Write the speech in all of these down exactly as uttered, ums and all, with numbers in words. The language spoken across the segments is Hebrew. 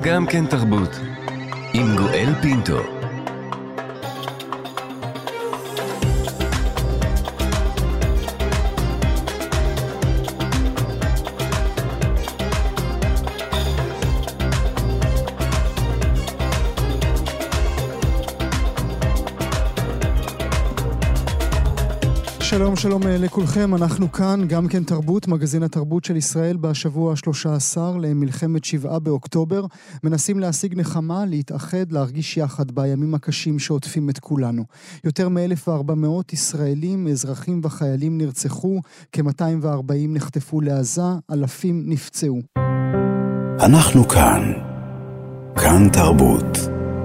גם כן תרבות, עם גואל פינטו. שלום שלום לכולכם, אנחנו כאן, גם כן תרבות, מגזין התרבות של ישראל בשבוע ה-שלושה עשר למלחמת שבעה באוקטובר, מנסים להשיג נחמה, להתאחד, להרגיש יחד בימים הקשים שעוטפים את כולנו. יותר מ-אלף וארבע מאות ישראלים, אזרחים וחיילים נרצחו, כ-מאתיים וארבעים נחטפו לעזה, אלפים נפצעו. אנחנו כאן, כאן תרבות.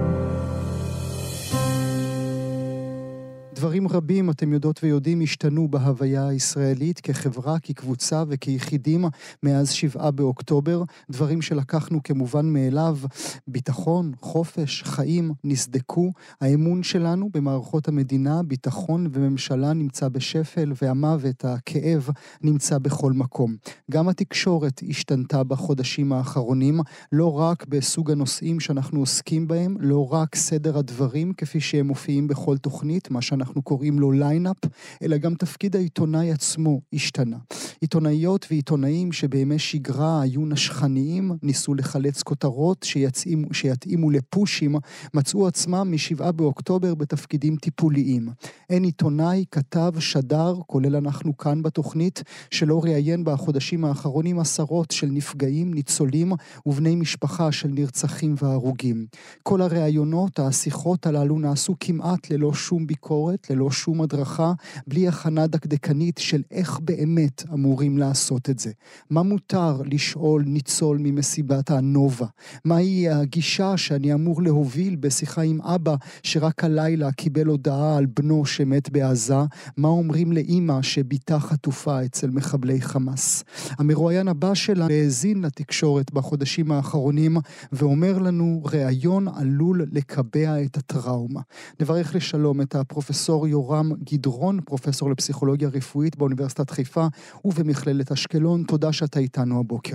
דברים רבים, אתם יודעות ויודעים, השתנו בהוויה הישראלית כחברה, כקבוצה וכיחידים מאז שבעה באוקטובר. דברים שלקחנו כמובן מאליו, ביטחון, חופש, חיים, נסדקו. האמון שלנו במערכות המדינה, ביטחון וממשלה נמצא בשפל, והמוות, הכאב, נמצא בכל מקום. גם התקשורת השתנתה בחודשים האחרונים, לא רק בסוג הנושאים שאנחנו עוסקים בהם, לא רק סדר הדברים כפי שהם מופיעים בכל תוכנית, מה שאנחנו אנחנו קוראים לו ליינאפ, אלא גם תפקיד העיתונאי עצמו השתנה. עיתונאיות ועיתונאים שבימי שגרה היו נשכניים, ניסו לחלץ כותרות שיצאים, שיתאימו לפושים, מצאו עצמם משבעה באוקטובר בתפקידים טיפוליים. אין עיתונאי, כתב, שדר, כולל אנחנו כאן בתוכנית, שלא ראיין בחודשים האחרונים עשרות של נפגעים, ניצולים ובני משפחה של נרצחים והרוגים. כל הראיונות, השיחות הללו נעשו כמעט ללא שום ביקורת, ללא שום הדרכה, בלי הכנה דקדקנית של איך באמת אמורים לעשות את זה. מה מותר לשאול ניצול ממסיבת הנובה? מהי הגישה שאני אמור להוביל בשיחה עם אבא שרק הלילה קיבל הודעה על בנו שמת בעזה? מה אומרים לאמא שביתה חטופה אצל מחבלי חמאס? המרואיין הבא שלה האזין לתקשורת בחודשים האחרונים ואומר לנו, ראיון עלול לקבע את הטראומה. נברך לשלום את הפרופסור יורם גדרון, פרופסור לפסיכולוגיה רפואית באוניברסיטת חיפה ובמכללת אשקלון. תודה שאתה איתנו הבוקר.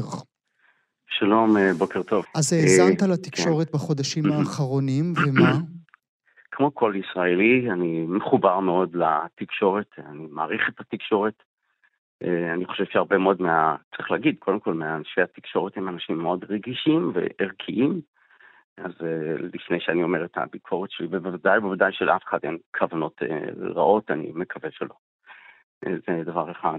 שלום, בוקר טוב. אז האזנת לתקשורת בחודשים האחרונים, ומה? כמו כל ישראלי, אני מחובר מאוד לתקשורת, אני מעריך את התקשורת. אני חושב שהרבה מאוד מה, צריך להגיד, קודם כל מאנשי התקשורת הם אנשים מאוד רגישים וערכיים, אז לפני שאני אומר את הביקורת שלי, בוודאי, בוודאי של אף אחד אין כוונות רעות, אני מקווה שלא. זה דבר אחד.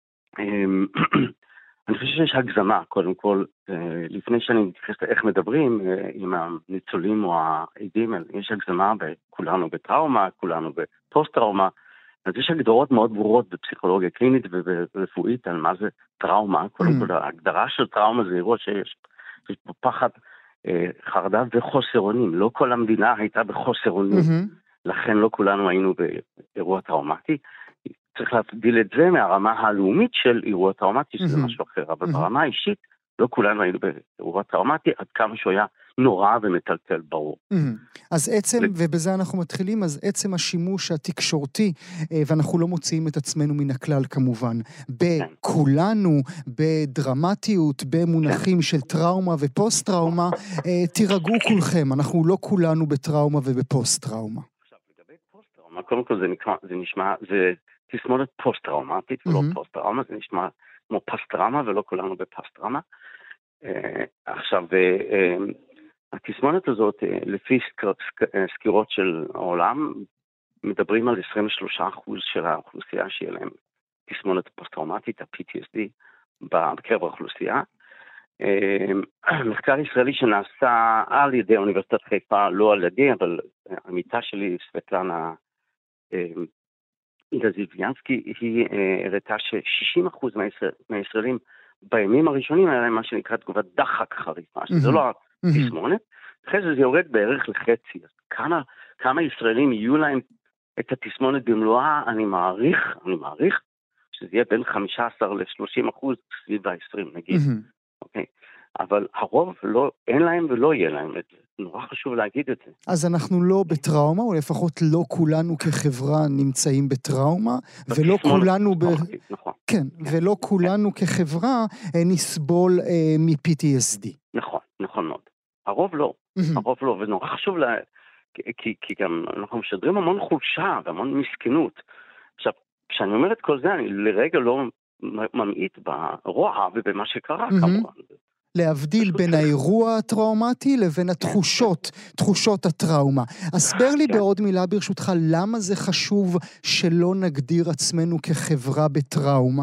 אני חושב שיש הגזמה, קודם כל, לפני שאני מתייחס לאיך מדברים עם הניצולים או העדים, יש הגזמה בכולנו בטראומה, כולנו בפוסט-טראומה, אז יש הגדרות מאוד ברורות בפסיכולוגיה קלינית וברפואית על מה זה טראומה. קודם כל, ההגדרה של טראומה זה אירוע שיש פה פחד, חרדה וחוסר אונים. לא כל המדינה הייתה בחוסר אונים, לכן לא כולנו היינו באירוע טראומטי. צריך להבדיל את זה מהרמה הלאומית של אירוע טראומטי, שזה משהו אחר, אבל ברמה האישית לא כולנו היינו באירוע טראומטי, עד כמה שהוא היה נורא ומטלטל ברור. אז עצם, ובזה אנחנו מתחילים, אז עצם השימוש התקשורתי, ואנחנו לא מוציאים את עצמנו מן הכלל כמובן, בכולנו, בדרמטיות, במונחים של טראומה ופוסט-טראומה, תירגעו כולכם, אנחנו לא כולנו בטראומה ובפוסט-טראומה. עכשיו, לגבי פוסט-טראומה, קודם כל זה נקרא, זה נשמע, זה תסמונת פוסט-טראומטית, ולא פוסט-טראומה, זה נשמע כמו פסט-טראומה, ולא כולנו בפסט-טראומה. עכשיו, התסמונת הזאת, לפי סקירות של העולם, מדברים על עשרים ושלושה אחוז של האוכלוסייה שיהיה להם תסמונת פוסט-טראומטית, ה-פי טי אס די, בקרב האוכלוסייה. מחקר ישראלי שנעשה על ידי אוניברסיטת חיפה, לא על ידי, אבל עמיתה שלי, סבטלנה גזיביאנסקי, היא הראתה ש-שישים אחוז מהישראלים בימים הראשונים היה להם מה שנקרא תגובת דחק חריפה, שזה לא התסמונת, אחרי זה זה יורד בערך לחצי. אז כמה, כמה ישראלים יהיו להם את התסמונת במלואה, אני מעריך, אני מעריך, שזה יהיה בין חמישה עשר ל-שלושים אחוז סביב ה-עשרים נגיד. אוקיי? אבל הרוב לא, אין להם ולא יהיה להם את זה. נורא חשוב להגיד את זה. אז אנחנו לא בטראומה, או לפחות לא כולנו כחברה נמצאים בטראומה, ולא כולנו ב... נכון. כן, ולא כולנו כחברה נסבול מ-פי טי אס די. נכון, נכון מאוד. הרוב לא, הרוב לא, ונורא חשוב לה, כי, כי גם אנחנו משדרים המון חולשה והמון מסכנות. עכשיו, כשאני אומר את כל זה, אני לרגע לא ממעיט ברוע ובמה שקרה כמובן. להבדיל בין האירוע הטראומטי לבין התחושות, תחושות הטראומה. הסבר לי בעוד מילה ברשותך, למה זה חשוב שלא נגדיר עצמנו כחברה בטראומה?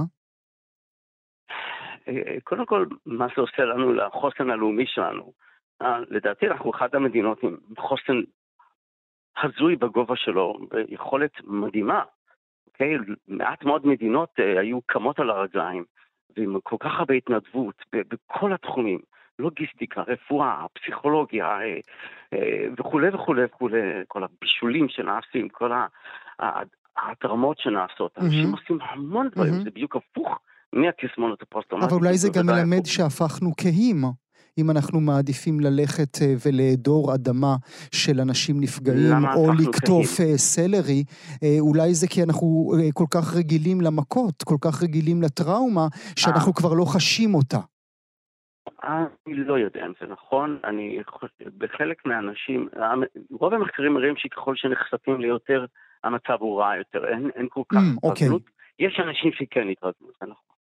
קודם כל, מה זה עושה לנו לחוסן הלאומי שלנו? לדעתי אנחנו אחת המדינות עם חוסן הזוי בגובה שלו, ביכולת מדהימה. אוקיי? מעט מאוד מדינות היו קמות על הרגליים, ועם כל כך הרבה התנדבות בכל התחומים, לוגיסטיקה, רפואה, פסיכולוגיה וכו' וכו' וכו', כל הבישולים שנעשים, כל ההתרמות שנעשות. אנשים עושים המון דברים, זה בדיוק הפוך מהתסמונת הפוסט-טראומטית. אבל אולי זה גם מלמד שהפכנו כהים, אם אנחנו מעדיפים ללכת ולעדור אדמה של אנשים נפגעים, או לקטוף סלרי, אולי זה כי אנחנו כל כך רגילים למכות, כל כך רגילים לטראומה, שאנחנו כבר לא חשים אותה. אני לא יודע אם זה נכון, אני חושב, בחלק מהאנשים, רוב המחקרים מראים שככל שנחשפים ליותר, המצב הוא רע יותר, אין, אין כל כך התרגלות. יש אנשים שכן התרגלות, זה נכון.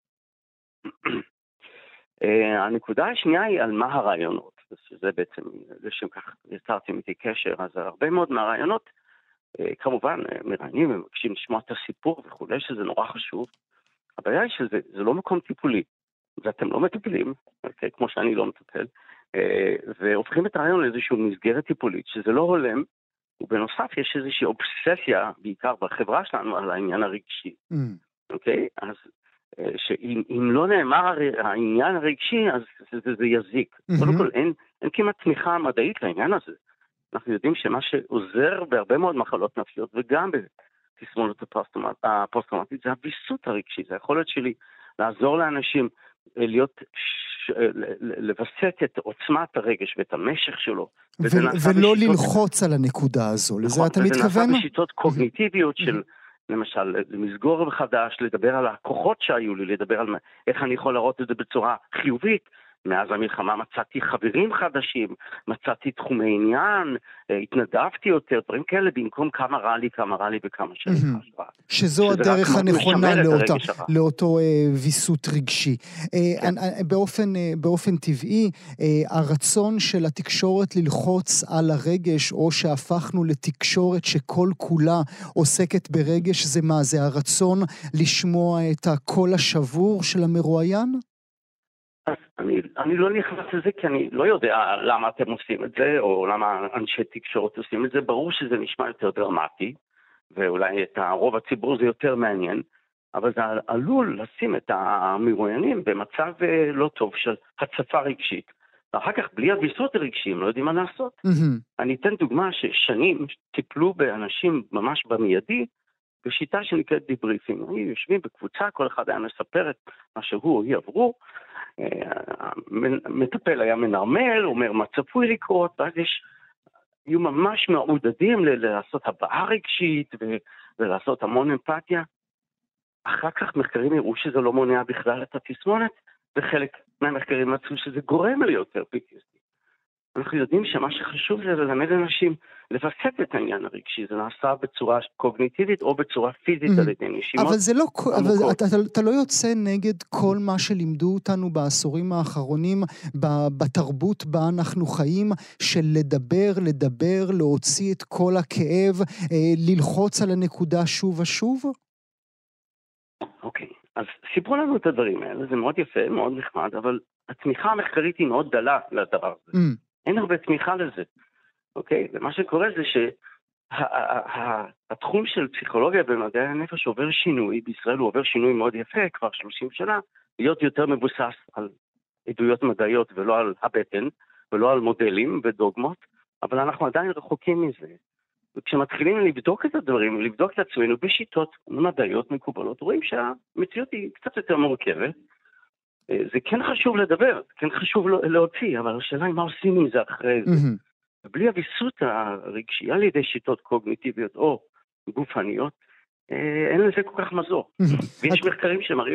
הנקודה השנייה היא על מה הרעיונות, שזה בעצם, לשם כך יצרתם איתי קשר, אז הרבה מאוד מהרעיונות, כמובן, מראיינים ומבקשים לשמוע את הסיפור וכו', שזה נורא חשוב. הבעיה היא שזה זה לא מקום טיפולי, ואתם לא מטפלים, okay, כמו שאני לא מטפל, והופכים את הרעיון לאיזושהי מסגרת טיפולית, שזה לא הולם, ובנוסף יש איזושהי אובססיה, בעיקר בחברה שלנו, על העניין הרגשי. אוקיי? Mm. Okay? אז שאם אם לא נאמר העניין הרגשי, אז זה, זה, זה יזיק. Mm-hmm. קודם כל, אין, אין כמעט תמיכה מדעית לעניין הזה. אנחנו יודעים שמה שעוזר בהרבה מאוד מחלות נפשיות, וגם בתסמונת הפוסט-טראומטית, זה הוויסות הרגשי. זה היכולת שלי לעזור לאנשים להיות, לבסט את עוצמת הרגש ואת המשך שלו. ו- ולא ללחוץ על הנקודה הזו. לזה אתה מתכוון? וזה נעשה בשיטות קוגניטיביות של... למשל, למסגור מחדש, לדבר על הכוחות שהיו לי, לדבר על איך אני יכול לראות את זה בצורה חיובית. מאז המלחמה מצאתי חברים חדשים, מצאתי תחומי עניין, התנדבתי יותר, דברים כאלה, במקום כמה רע לי, כמה רע לי וכמה שאני חש רע. שזו הדרך הנכונה לאותו ויסות רגשי. באופן טבעי, הרצון של התקשורת ללחוץ על הרגש, או שהפכנו לתקשורת שכל כולה עוסקת ברגש, זה מה? זה הרצון לשמוע את הקול השבור של המרואיין? אז אני, אני לא נכנס לזה, כי אני לא יודע למה אתם עושים את זה, או למה אנשי תקשורת עושים את זה. ברור שזה נשמע יותר דרמטי, ואולי את רוב הציבור זה יותר מעניין, אבל זה עלול לשים את המרואיינים במצב לא טוב של הצפה רגשית. ואחר כך, בלי הוויסות הרגשיים, לא יודעים מה לעשות. Mm-hmm. אני אתן דוגמה ששנים טיפלו באנשים ממש במיידי, בשיטה שנקראת דיבריפינג. היו יושבים בקבוצה, כל אחד היה מספר את מה שהוא או היא עברו, מטפל היה מנרמל, אומר מה צפוי לקרות, ואז יש, יהיו ממש מעודדים לעשות הבעה רגשית ולעשות המון אמפתיה. אחר כך מחקרים הראו שזה לא מונע בכלל את התסמונת, וחלק מהמחקרים מצאו שזה גורם לי יותר פי טי אס די. אנחנו יודעים שמה שחשוב זה ללמד אנשים לבסט את העניין הרגשי, זה נעשה בצורה קוגניטיבית או בצורה פיזית על ידי נשימות. אבל זה לא, אבל אתה, אתה לא יוצא נגד כל מה שלימדו אותנו בעשורים האחרונים, בתרבות בה אנחנו חיים, של לדבר, לדבר, להוציא את כל הכאב, ללחוץ על הנקודה שוב ושוב? אוקיי, אז סיפרו לנו את הדברים האלה, זה מאוד יפה, מאוד נחמד, אבל התמיכה המחקרית היא מאוד דלה לדבר הזה. אין הרבה תמיכה לזה, אוקיי? ומה שקורה זה שהתחום של פסיכולוגיה במדעי הנפש עובר שינוי, בישראל הוא עובר שינוי מאוד יפה, כבר שלושים שנה, להיות יותר מבוסס על עדויות מדעיות ולא על הבטן, ולא על מודלים ודוגמות, אבל אנחנו עדיין רחוקים מזה. וכשמתחילים לבדוק את הדברים, לבדוק את עצמנו בשיטות מדעיות מקובלות, רואים שהמציאות היא קצת יותר מורכבת, זה כן חשוב לדבר, כן חשוב להוציא, אבל השאלה היא מה עושים עם זה אחרי זה. ובלי הוויסות הרגשי על ידי שיטות קוגניטיביות או גופניות, אין לזה כל כך מזור. ויש מחקרים שמראים את זה.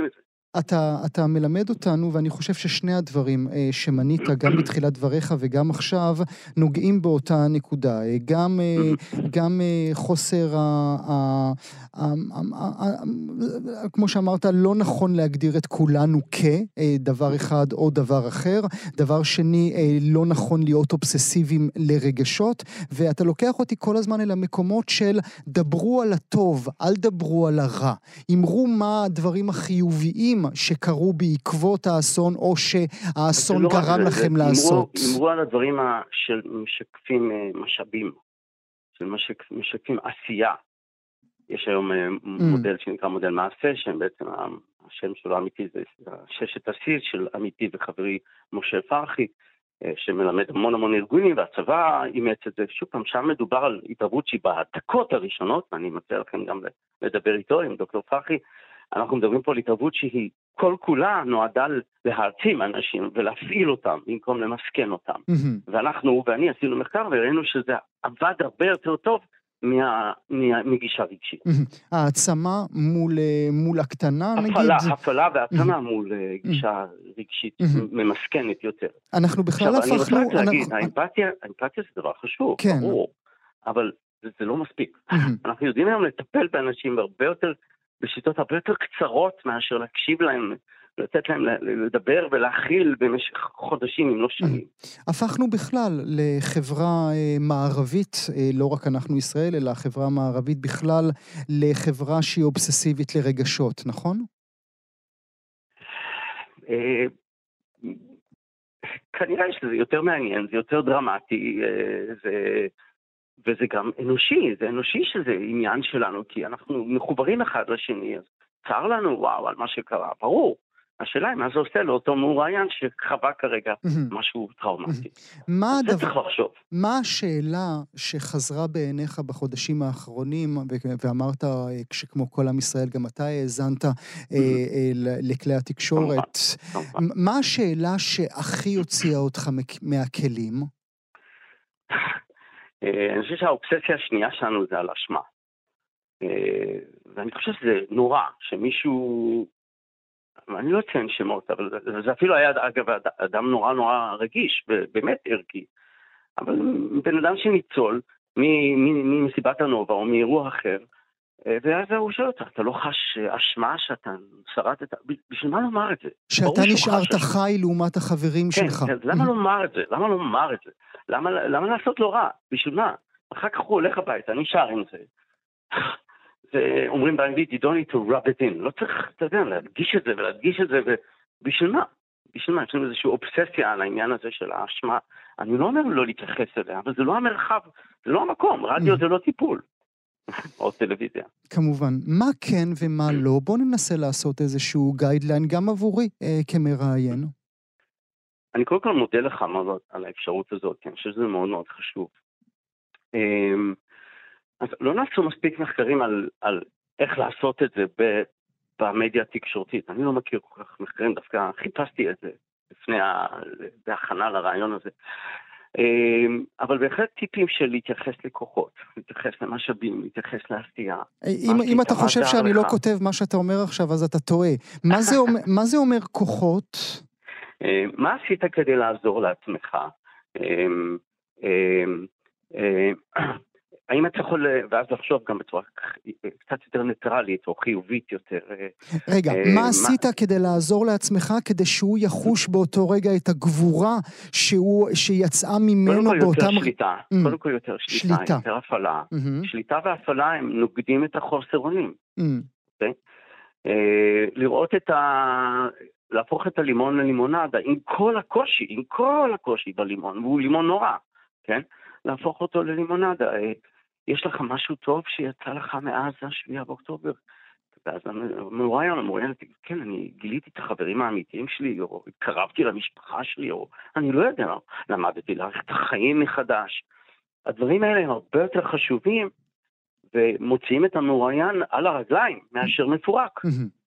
אתה, אתה מלמד אותנו, ואני חושב ששני הדברים אה, שמנית, גם בתחילת דבריך וגם עכשיו, נוגעים באותה נקודה. אה, גם, אה, גם אה, חוסר, ה, ה, ה, ה, ה, ה, כמו שאמרת, לא נכון להגדיר את כולנו כדבר אחד או דבר אחר. דבר שני, אה, לא נכון להיות אובססיביים לרגשות, ואתה לוקח אותי כל הזמן אל המקומות של דברו על הטוב, אל דברו על הרע. אמרו מה הדברים החיוביים שקרו בעקבות האסון, או שהאסון לא גרם זה, לכם זה, לעשות. אמרו, אמרו על הדברים שמשקפים משאבים, שמשקפים עשייה. יש היום mm. מודל שנקרא מודל מעשה, שהם בעצם השם שלו האמיתי, זה ששת הסיס של אמיתי וחברי משה פרחי, שמלמד המון המון ארגונים, והצבא אימץ את זה. שוב פעם, שם מדובר על התערבות שהיא בהעתקות הראשונות, ואני מציע לכם גם לדבר איתו עם דוקטור פרחי. אנחנו מדברים פה על התערבות שהיא כל כולה נועדה להעצים אנשים ולהפעיל אותם במקום למסכן אותם. Mm-hmm. ואנחנו ואני עשינו מחקר וראינו שזה עבד הרבה יותר טוב מה, מה, מגישה רגשית. Mm-hmm. העצמה מול, מול הקטנה הפעלה, נגיד? הפעלה, הפעלה והעצמה mm-hmm. מול גישה רגשית mm-hmm. ממסכנת יותר. אנחנו בכלל הפכנו... עכשיו, אני רוצה להגיד, אנחנו... האמפתיה, האמפתיה זה דבר חשוב, כן. ברור, אבל זה, זה לא מספיק. Mm-hmm. אנחנו יודעים היום לטפל באנשים הרבה יותר בשיטות הרבה יותר קצרות מאשר להקשיב להם, לתת להם לדבר ולהכיל במשך חודשים, אם לא שנים. הפכנו בכלל לחברה מערבית, לא רק אנחנו ישראל, אלא החברה המערבית בכלל, לחברה שהיא אובססיבית לרגשות, נכון? כנראה שזה יותר מעניין, זה יותר דרמטי, זה... וזה גם אנושי, זה אנושי שזה עניין שלנו, כי אנחנו מחוברים אחד לשני, אז צר לנו, וואו, על מה שקרה, ברור. השאלה היא מה זה עושה לאותו מוראיין שחווה כרגע משהו טראומטי. זה צריך לחשוב. מה השאלה שחזרה בעיניך בחודשים האחרונים, ואמרת, כשכמו כל עם ישראל, גם אתה האזנת לכלי התקשורת, מה השאלה שהכי הוציאה אותך מהכלים? אני חושב שהאובססיה השנייה שלנו זה על אשמה. ואני חושב שזה נורא, שמישהו, אני לא אציין שמות, אבל זה אפילו היה, אגב, אדם נורא נורא רגיש, באמת ערכי. אבל בן אדם שניצול ממסיבת הנובה או מאירוע אחר, ואז הוא שואל אותה, אתה לא חש אשמה שאתה שרדת, בשביל מה לומר את זה? שאתה נשארת חי לעומת החברים שלך. כן, למה לומר את זה? למה לומר את זה? למה, למה לעשות לא רע? בשביל מה? אחר כך הוא הולך הביתה, נשאר עם זה. ואומרים באנגלית, you don't need to rub it in. לא צריך, אתה יודע, להדגיש את זה ולהדגיש את זה, ובשביל מה? בשביל מה? יש לנו איזושהי אובססיה על העניין הזה של האשמה. אני לא אומר לא להתייחס אליה, אבל זה לא המרחב, זה לא המקום, רדיו זה לא טיפול. או טלוויזיה. כמובן. מה כן ומה לא? בוא ננסה לעשות איזשהו גיידליין גם עבורי אה, כמראיין. אני קודם כל מודה לך מאוד על האפשרות הזאת, כי אני חושב שזה מאוד מאוד חשוב. אה, אז לא נעשו מספיק מחקרים על, על איך לעשות את זה במדיה התקשורתית. אני לא מכיר כל כך מחקרים, דווקא חיפשתי את זה לפני ההכנה לרעיון הזה. אבל בהחלט טיפים של להתייחס לכוחות, להתייחס למשאבים, להתייחס לעשייה. אם, אם אתה חושב שאני לא כותב מה שאתה אומר עכשיו, אז אתה טועה. מה זה אומר, מה זה אומר כוחות? מה עשית כדי לעזור לעצמך? האם אתה יכול, ואז לחשוב גם בצורה קצת יותר ניטרלית או חיובית יותר. רגע, מה עשית כדי לעזור לעצמך, כדי שהוא יחוש באותו רגע את הגבורה שיצאה ממנו באותם... קודם כל יותר שליטה, קודם כל יותר שליטה, יותר הפעלה. שליטה והפעלה הם נוגדים את החוסר אונים. לראות את ה... להפוך את הלימון ללימונדה, עם כל הקושי, עם כל הקושי בלימון, והוא לימון נורא, כן? להפוך אותו ללימונדה. יש לך משהו טוב שיצא לך מאז השביעי באוקטובר. ואז המוראיין, המוראיין, כן, אני גיליתי את החברים האמיתיים שלי, או התקרבתי למשפחה שלי, או אני לא יודע, למדתי להעריך את החיים מחדש. הדברים האלה הם הרבה יותר חשובים, ומוציאים את המוראיין על הרגליים, מאשר מפורק.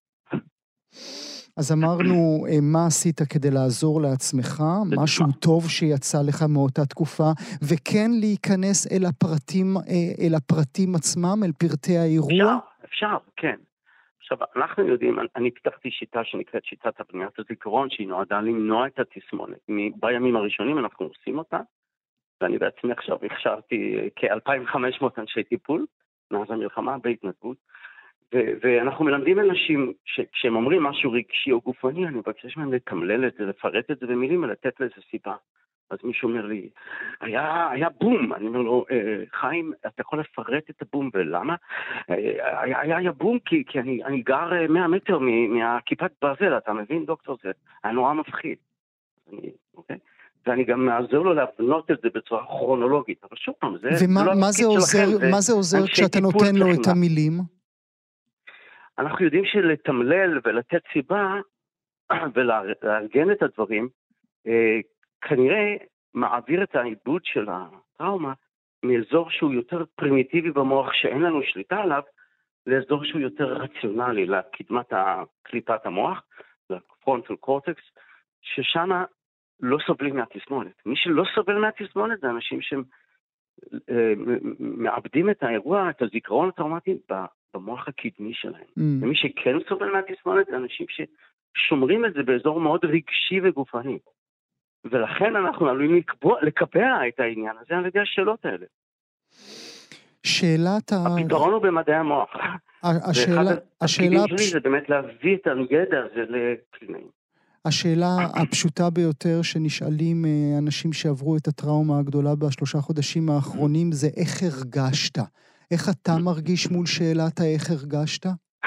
אז אמרנו, מה עשית כדי לעזור לעצמך, משהו טוב שיצא לך מאותה תקופה, וכן להיכנס אל הפרטים, אל הפרטים עצמם, אל פרטי האירוע? אפשר, אפשר, כן. עכשיו, אנחנו יודעים, אני פיתחתי שיטה שנקראת שיטת הבניית הזיכרון, שהיא נועדה למנוע את התסמונת. בימים הראשונים אנחנו עושים אותה, ואני בעצמי עכשיו הכשרתי כ-אלפיים וחמש מאות אנשי טיפול, מאז המלחמה בהתנדבות, ו- ואנחנו מלמדים אנשים שכשהם אומרים משהו רגשי או גופני, אני מבקש מהם לתמלל את זה, לפרט את זה במילים ולתת לזה סיבה. אז מישהו אומר לי, היה, היה בום, אני אומר לו, חיים, אתה יכול לפרט את הבום, ולמה? היה, היה, היה בום כי, כי אני, אני גר מאה מטר מהכיפת ברזל, אתה מבין, דוקטור? זה היה נורא מפחיד. אני, אוקיי? ואני גם מעזר לו להבנות את זה בצורה כרונולוגית, אבל שוב פעם, זה, ומה, זה לא מה זה עוזר, שלכם, מה זה עוזר כשאתה נותן לו את המילים? אנחנו יודעים שלתמלל ולתת סיבה, ולארגן את הדברים, כנראה מעביר את העיבוד של הטראומה מאזור שהוא יותר פרימיטיבי במוח שאין לנו שליטה עליו, לאזור שהוא יותר רציונלי, לקדמת קליפת המוח, לפרונטל קורטקס, ששם לא סובלים מהתסמונת. מי שלא סובל מהתסמונת זה אנשים שמאבדים את האירוע, את הזיכרון הטראומטי במוח הקדמי שלהם. Mm. ומי שכן סובל מהתסמונת זה אנשים ששומרים את זה באזור מאוד רגשי וגופני. ולכן אנחנו עלולים לקבוע, לקבע את העניין הזה על ידי השאלות האלה. שאלת ה... הפתרון הוא במדעי המוח. השאלה... השאלה... שלי זה באמת להביא את הידע הזה לקלינאים. השאלה הפשוטה ביותר שנשאלים אנשים שעברו את הטראומה הגדולה בשלושה חודשים האחרונים זה איך הרגשת? איך אתה מרגיש מול שאלת האיך הרגשת?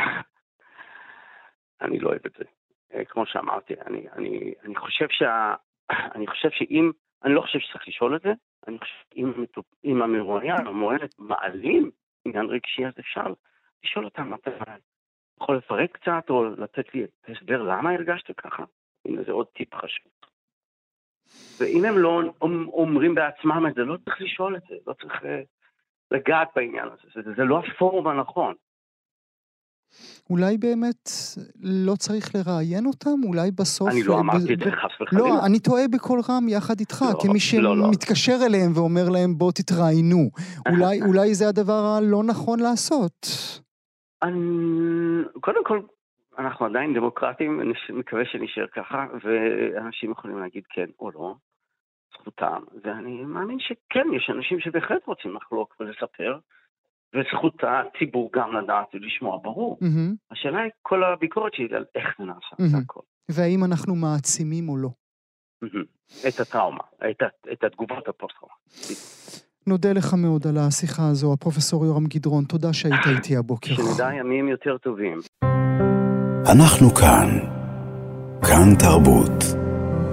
אני לא אוהב את זה. כמו שאמרתי, אני, אני, אני חושב שה... אני חושב שאם, אני לא חושב שצריך לשאול את זה, אני חושב שאם אם המרואיין או המרואיינת מעלים עניין רגשי, אז אפשר לשאול אותם, אתה יכול לפרק קצת או לתת לי הסבר למה הרגשת ככה? הנה זה עוד טיפ חשוב. ואם הם לא אומרים בעצמם את זה, לא צריך לשאול את זה, לא צריך לגעת בעניין הזה, זה, זה לא הפורום הנכון. אולי באמת לא צריך לראיין אותם? אולי בסוף... אני לא אמרתי את זה חס וחלילה. לא, אני טועה בכל רם יחד איתך, כמי שמתקשר אליהם ואומר להם בוא תתראיינו. אולי זה הדבר הלא נכון לעשות. קודם כל, אנחנו עדיין דמוקרטים, אני מקווה שנשאר ככה, ואנשים יכולים להגיד כן או לא, זכותם, ואני מאמין שכן, יש אנשים שבהחלט רוצים לחלוק ולספר, וזכות הציבור גם לדעת ולשמוע, ברור. Mm-hmm. השאלה היא כל הביקורת שלי על איך זה נעשה, mm-hmm. זה הכל. והאם אנחנו מעצימים או לא? Mm-hmm. את הטראומה, את, את התגובות הפוסט-טראומה. נודה לך מאוד על השיחה הזו, הפרופסור יורם גדרון, תודה שהיית איתי הבוקר. שנדע ימים יותר טובים. אנחנו כאן, כאן תרבות.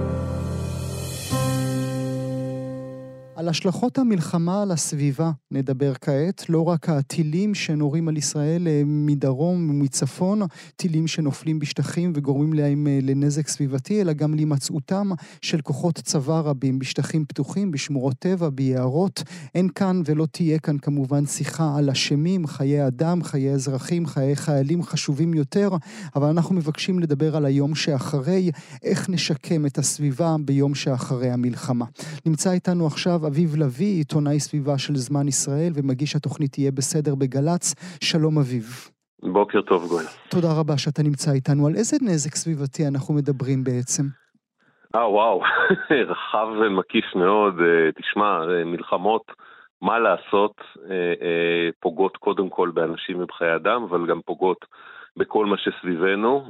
על השלכות המלחמה על הסביבה נדבר כעת, לא רק הטילים שנורים על ישראל מדרום ומצפון, טילים שנופלים בשטחים וגורמים להם לנזק סביבתי, אלא גם להימצאותם של כוחות צבא רבים בשטחים פתוחים, בשמורות טבע, ביערות. אין כאן ולא תהיה כאן כמובן שיחה על אשמים, חיי אדם, חיי אזרחים, חיי חיילים חשובים יותר, אבל אנחנו מבקשים לדבר על היום שאחרי, איך נשקם את הסביבה ביום שאחרי המלחמה. נמצא איתנו עכשיו אביב לוי, עיתונאי סביבה של זמן ישראל, ומגיש התוכנית יהיה בסדר בגלץ. שלום אביב. בוקר טוב גואל. תודה רבה שאתה נמצא איתנו. על איזה נזק סביבתי אנחנו מדברים בעצם? אה וואו, רחב ומקיף מאוד. תשמע, מלחמות, מה לעשות, פוגעות קודם כל באנשים ובחיי אדם, אבל גם פוגעות בכל מה שסביבנו,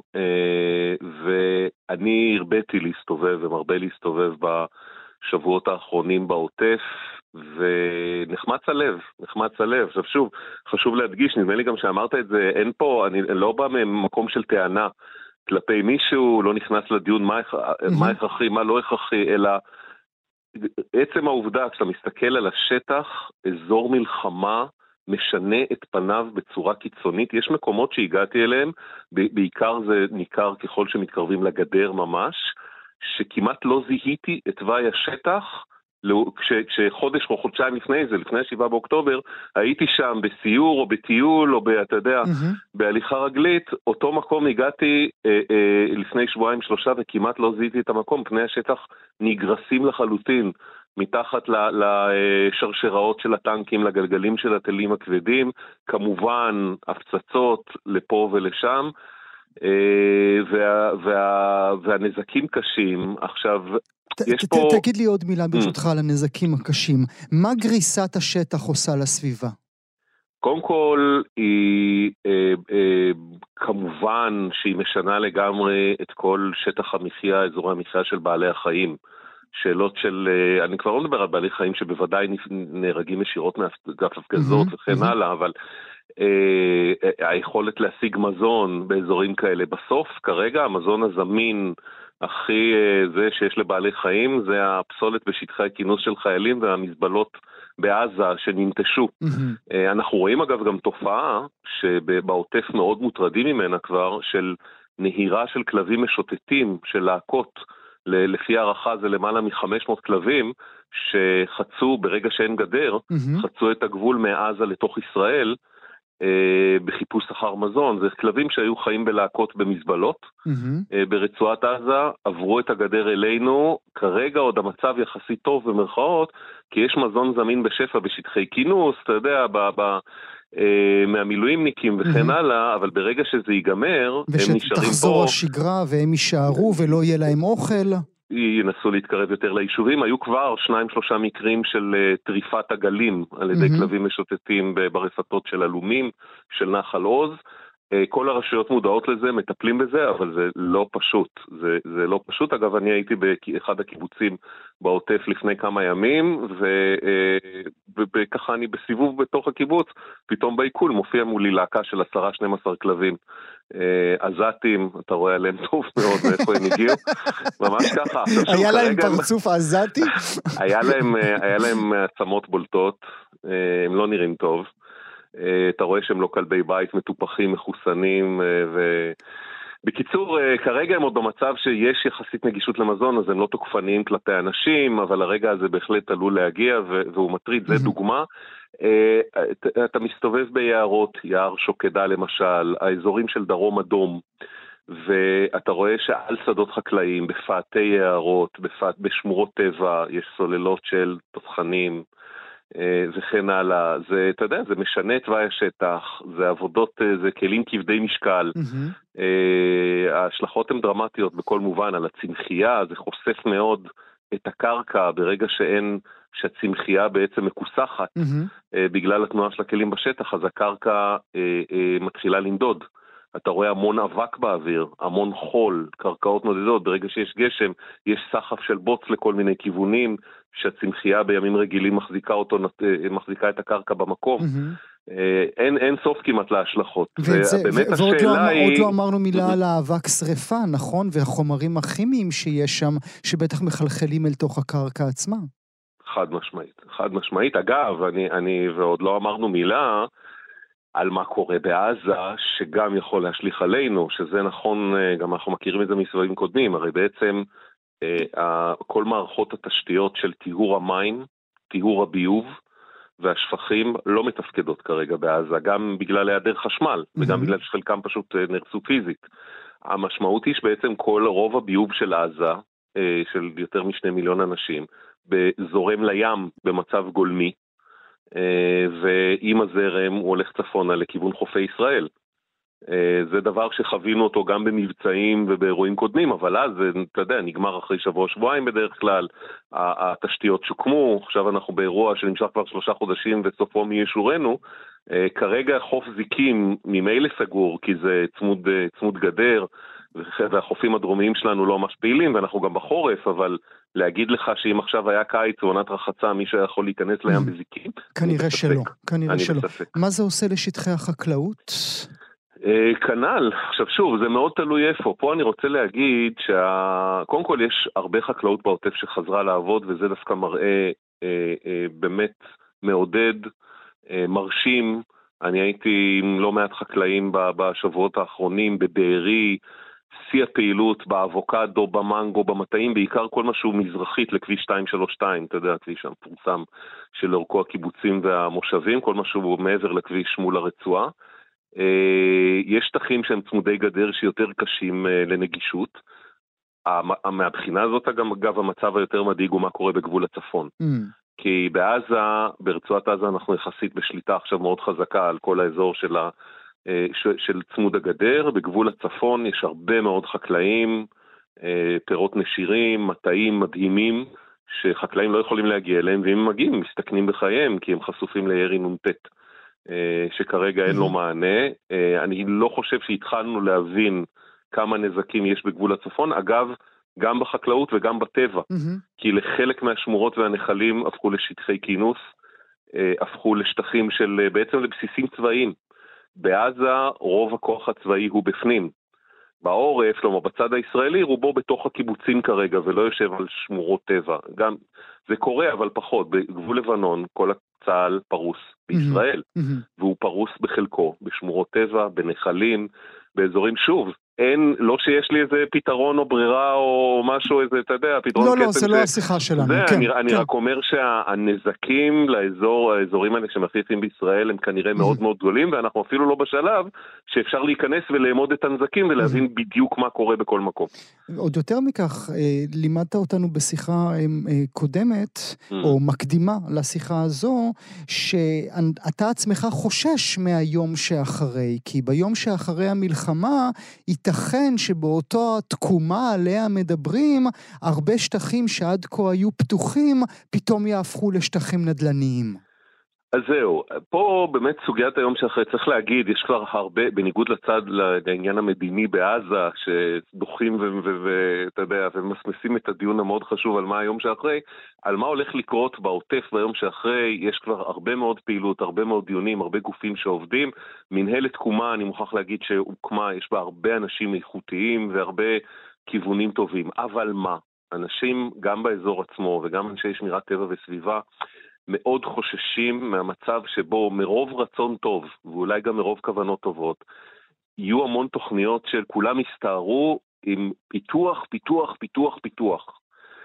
ואני הרביתי להסתובב ומרבה להסתובב ב... שבועות האחרונים בעוטף, ונחמץ הלב, נחמץ הלב. עכשיו שוב, חשוב להדגיש, נדמה לי גם שאמרת את זה, אין פה, אני לא בא ממקום של טענה כלפי מישהו, לא נכנס לדיון מה, mm-hmm. מה הכרחי, מה לא הכרחי, אלא עצם העובדה, כשאתה מסתכל על השטח, אזור מלחמה משנה את פניו בצורה קיצונית. יש מקומות שהגעתי אליהם, בעיקר זה ניכר ככל שמתקרבים לגדר ממש, שכמעט לא זיהיתי את תוואי השטח, כש, כשחודש או חודשיים לפני זה, לפני השבעה באוקטובר, הייתי שם בסיור או בטיול או, ב, אתה יודע, mm-hmm. בהליכה רגלית, אותו מקום הגעתי אה, אה, לפני שבועיים שלושה וכמעט לא זיהיתי את המקום, פני השטח נגרסים לחלוטין מתחת לשרשראות של הטנקים, לגלגלים של הטילים הכבדים, כמובן הפצצות לפה ולשם, וה, וה, והנזקים קשים. עכשיו, יש פה... תגיד לי עוד מילה ברשותך על הנזקים הקשים. מה גריסת השטח עושה לסביבה? קודם כל, היא אה, אה, כמובן שהיא משנה לגמרי את כל שטח המחיה, אזורי המחיה של בעלי החיים. שאלות של, אה, אני כבר לא מדבר על בעלי חיים שבוודאי נהרגים ישירות מאגף הפגזות mm-hmm, וכן mm-hmm. הלאה, אבל אה, אה, היכולת להשיג מזון באזורים כאלה. בסוף, כרגע, המזון הזמין הכי אה, זה שיש לבעלי חיים, זה הפסולת בשטחי הכינוס של חיילים והמזבלות בעזה שננטשו. Mm-hmm. אנחנו רואים אגב גם תופעה שבעוטף מאוד מוטרדים ממנה כבר, של נהירה של כלבים משוטטים, של להקות, לפי הערכה זה למעלה מ-חמש מאות כלבים, שחצו ברגע שאין גדר, mm-hmm. חצו את הגבול מעזה לתוך ישראל, בחיפוש אחר מזון. זה כלבים שהיו חיים בלהקות במזבלות, mm-hmm. ברצועת עזה, עברו את הגדר אלינו, כרגע עוד המצב יחסית טוב במרכאות, כי יש מזון זמין בשפע בשטחי כינוס, אתה יודע, ב, ב, מהמילואימניקים וכן mm-hmm. הלאה, אבל ברגע שזה ייגמר, הם נשארים פה. ושתחזור השגרה והם יישארו ולא יהיה להם אוכל. ינסו להתקרב יותר ליישובים. היו כבר שניים שלושה מקרים של uh, טריפת הגלים על ידי mm-hmm. כלבים משוטטים ברפתות של אלומים, של נחל עוז. Uh, כל הרשויות מודעות לזה, מטפלים בזה, אבל זה לא פשוט. זה, זה לא פשוט. אגב, אני הייתי באחד הקיבוצים בעוטף לפני כמה ימים, וככה uh, אני בסיבוב בתוך הקיבוץ, פתאום בעיכול מופיע מולי להקה של עשרה שנים עשר כלבים. עזתים, אתה רואה עליהם טוב מאוד מאיפה הם הגיעו, ממש ככה. היה להם פרצוף עזתי? היה להם עצמות בולטות, הם לא נראים טוב, אתה רואה שהם לא כלבי בית מטופחים, מחוסנים, ובקיצור, כרגע הם עוד במצב שיש יחסית נגישות למזון, אז הם לא תוקפניים כלפי אנשים, אבל הרגע הזה בהחלט עלול להגיע, והוא מטריד, זה דוגמה. אתה מסתובב ביערות, יער שוקדה למשל, האזורים של דרום אדום, ואתה רואה שעל שדות חקלאים, בפאתי יערות, בפאת, בשמורות טבע, יש סוללות של תותחנים וכן הלאה. זה, אתה יודע, זה משנה את תוואי השטח, זה עבודות, זה כלים כבדי משקל. Mm-hmm. ההשלכות הן דרמטיות בכל מובן על הצמחייה, זה חושף מאוד את הקרקע ברגע שאין, שהצמחייה בעצם מקוסחת mm-hmm. בגלל התנועה של הכלים בשטח, אז הקרקע מתחילה לנדוד. אתה רואה המון אבק באוויר, המון חול, קרקעות נודדות, ברגע שיש גשם, יש סחף של בוץ לכל מיני כיוונים, שהצמחייה בימים רגילים מחזיקה אותו, מחזיקה את הקרקע במקום. Mm-hmm. אין, אין סוף כמעט להשלכות. וזה, ובאמת ו- ועוד, לא, היא... עוד לא אמרנו מילה mm-hmm. על האבק שריפה, נכון? והחומרים הכימיים שיש שם, שבטח מחלחלים אל תוך הקרקע עצמה. חד משמעית, חד משמעית. אגב, אני, אני, ועוד לא אמרנו מילה, על מה קורה בעזה, שגם יכול להשליך עלינו, שזה נכון, גם אנחנו מכירים את זה מסבבים קודמים, הרי בעצם כל מערכות התשתיות של טיהור המים, טיהור הביוב והשפכים לא מתפקדות כרגע בעזה, גם בגלל היעדר חשמל, mm-hmm. וגם בגלל שחלקם פשוט נרצו פיזית. המשמעות היא שבעצם כל רוב הביוב של עזה, של יותר משני מיליון אנשים, זורם לים במצב גולמי, ועם הזרם הוא הולך צפונה לכיוון חופי ישראל. זה דבר שחווינו אותו גם במבצעים ובאירועים קודמים, אבל אז, אתה יודע, נגמר אחרי שבוע שבועיים בדרך כלל, התשתיות שוקמו, עכשיו אנחנו באירוע שנמשך כבר שלושה חודשים וסופו מי ישורנו, כרגע חוף זיקים ממילא סגור, כי זה צמוד, צמוד גדר, והחופים הדרומיים שלנו לא ממש פעילים, ואנחנו גם בחורף, אבל להגיד לך שאם עכשיו היה קיץ ועונת רחצה, מי שיכול להיכנס לים בזיקים? כנראה שלא, כנראה שלא. מה זה עושה לשטחי החקלאות? כנ"ל. עכשיו שוב, זה מאוד תלוי איפה. פה אני רוצה להגיד שקודם כל יש הרבה חקלאות בעוטף שחזרה לעבוד, וזה דווקא מראה באמת מעודד, מרשים. אני הייתי עם לא מעט חקלאים בשבועות האחרונים, בבארי, שיא הפעילות, באבוקדו, במנגו, במטעים, בעיקר כל משהו מזרחית לכביש שתיים שלוש שתיים, אתה יודע, הכביש המפורסם של אורכו הקיבוצים והמושבים, כל משהו מעבר לכביש מול הרצועה. יש שטחים שהם צמודי גדר שיותר קשים לנגישות, מהבחינה הזאת, אגב, המצב היותר מדאיג הוא מה קורה בגבול הצפון. Mm. כי בעזה, ברצועת עזה, אנחנו יחסית בשליטה עכשיו מאוד חזקה על כל האזור של, ה, של צמוד הגדר. בגבול הצפון יש הרבה מאוד חקלאים, פירות נשירים, מטעים מדהימים, שחקלאים לא יכולים להגיע אליהם, ואם הם מגיעים, מסתכנים בחייהם, כי הם חשופים לירי נונטט, שכרגע אין לו מענה. אני לא חושב שהתחלנו להבין כמה נזקים יש בגבול הצפון, אגב, גם בחקלאות וגם בטבע, mm-hmm. כי לחלק מהשמורות והנחלים הפכו לשטחי כינוס, הפכו לשטחים של, בעצם לבסיסים צבאיים. בעזה רוב הכוח הצבאי הוא בפנים. בעורף, כלומר בצד הישראלי, רובו בתוך הקיבוצים כרגע, ולא יושב על שמורות טבע. גם, זה קורה, אבל פחות. בגבול לבנון, כל הצהל פרוס בישראל, mm-hmm. והוא פרוס בחלקו, בשמורות טבע, בנחלים, באזורים שוב. אין, לא שיש לי איזה פתרון או ברירה או משהו, איזה, אתה יודע, פתרון לא, קסם. לא, זה לא השיחה שלנו. זה, כן, אני, כן. אני רק אומר שהנזקים לאזור, האזורים האלה שמחליטים בישראל, הם כנראה מאוד מאוד גדולים, ואנחנו אפילו לא בשלב שאפשר להיכנס ולעמוד את הנזקים ולהבין בדיוק מה קורה בכל מקום. עוד יותר מכך, לימדת אותנו בשיחה קודמת, או מקדימה לשיחה הזו, שאתה עצמך חושש מהיום שאחרי, כי ביום שאחרי המלחמה, ייתכן שבאותו התקומה עליה מדברים, הרבה שטחים שעד כה היו פתוחים, פתאום יהפכו לשטחים נדלניים. אז זהו, פה באמת סוגיית היום שאחרי, צריך להגיד, יש כבר הרבה, בניגוד לצד, לעניין המדיני בעזה, שדוחים ואתה יודע, ומסמסים את הדיון המאוד חשוב על מה היום שאחרי, על מה הולך לקרות בעוטף ביום שאחרי, יש כבר הרבה מאוד פעילות, הרבה מאוד דיונים, הרבה גופים שעובדים, מנהלת תקומה, אני מוכרח להגיד שהוקמה, יש בה הרבה אנשים איכותיים והרבה כיוונים טובים, אבל מה? אנשים גם באזור עצמו וגם אנשי שמירת טבע וסביבה, מאוד חוששים מהמצב שבו מרוב רצון טוב, ואולי גם מרוב כוונות טובות, יהיו המון תוכניות של כולם הסתערו עם פיתוח, פיתוח, פיתוח, פיתוח.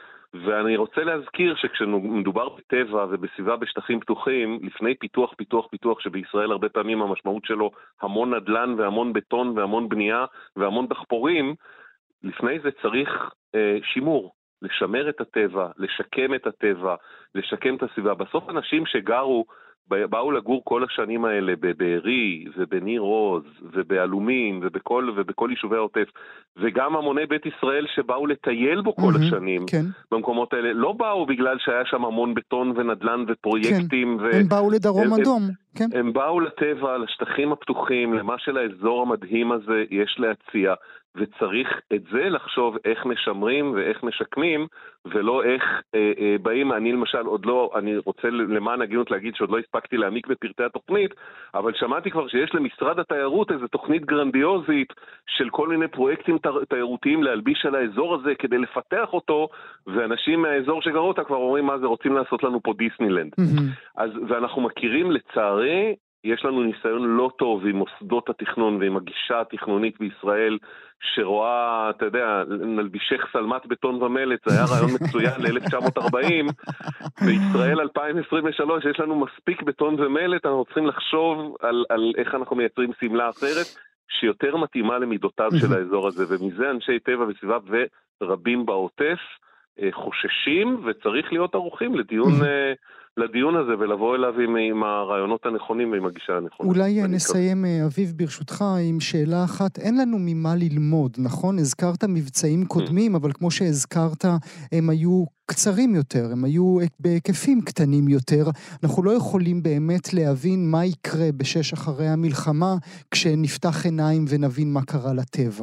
ואני רוצה להזכיר שכשמדובר בטבע ובסביבה בשטחים פתוחים, לפני פיתוח, פיתוח, פיתוח, שבישראל הרבה פעמים המשמעות שלו המון נדלן והמון בטון והמון בנייה והמון דחפורים, לפני זה צריך אה, שימור. לשמר את הטבע, לשקם את הטבע, לשקם את הסביבה. בסוף אנשים שגרו, באו לגור כל השנים האלה בבארי ובניר עוז ובאלומים ובכל, ובכל יישובי העוטף, וגם המוני בית ישראל שבאו לטייל בו כל mm-hmm, השנים כן. במקומות האלה, לא באו בגלל שהיה שם המון בטון ונדלן ופרויקטים. כן. ו... הם באו לדרום הם, אדום. הם, כן. הם באו לטבע, לשטחים הפתוחים, למה של האזור המדהים הזה יש להציע. וצריך את זה לחשוב איך משמרים ואיך משקמים, ולא איך אה, אה, באים, אני למשל עוד לא, אני רוצה למען הגינות להגיד שעוד לא הספקתי להעמיק בפרטי התוכנית, אבל שמעתי כבר שיש למשרד התיירות איזו תוכנית גרנדיוזית של כל מיני פרויקטים תיירותיים להלביש על האזור הזה כדי לפתח אותו, ואנשים מהאזור שגרו אותה כבר אומרים מה זה, רוצים לעשות לנו פה דיסנילנד. Mm-hmm. אז, ואנחנו מכירים לצערי, יש לנו ניסיון לא טוב עם מוסדות התכנון ועם הגישה התכנונית בישראל, שרואה, אתה יודע, נלבישך סלמת בטון ומלט, זה היה רעיון מצוין ל-אלף תשע מאות ארבעים, בישראל אלפיים עשרים ושלוש יש לנו מספיק בטון ומלט, אנחנו צריכים לחשוב על, על איך אנחנו מייצרים סמלה אחרת, שיותר מתאימה למידותיו של האזור הזה, ומזה אנשי טבע וסביבה ורבים בעוטף חוששים, וצריך להיות ערוכים לדיון... לדיון הזה ולבוא אליו עם, עם הרעיונות הנכונים ועם הגישה הנכונה. אולי נסיים, אביב, ברשותך, עם שאלה אחת. אין לנו ממה ללמוד, נכון? הזכרת מבצעים קודמים, אבל כמו שהזכרת, הם היו קצרים יותר, הם היו בהיקפים קטנים יותר. אנחנו לא יכולים באמת להבין מה יקרה בשש אחרי המלחמה, כשנפתח עיניים ונבין מה קרה לטבע.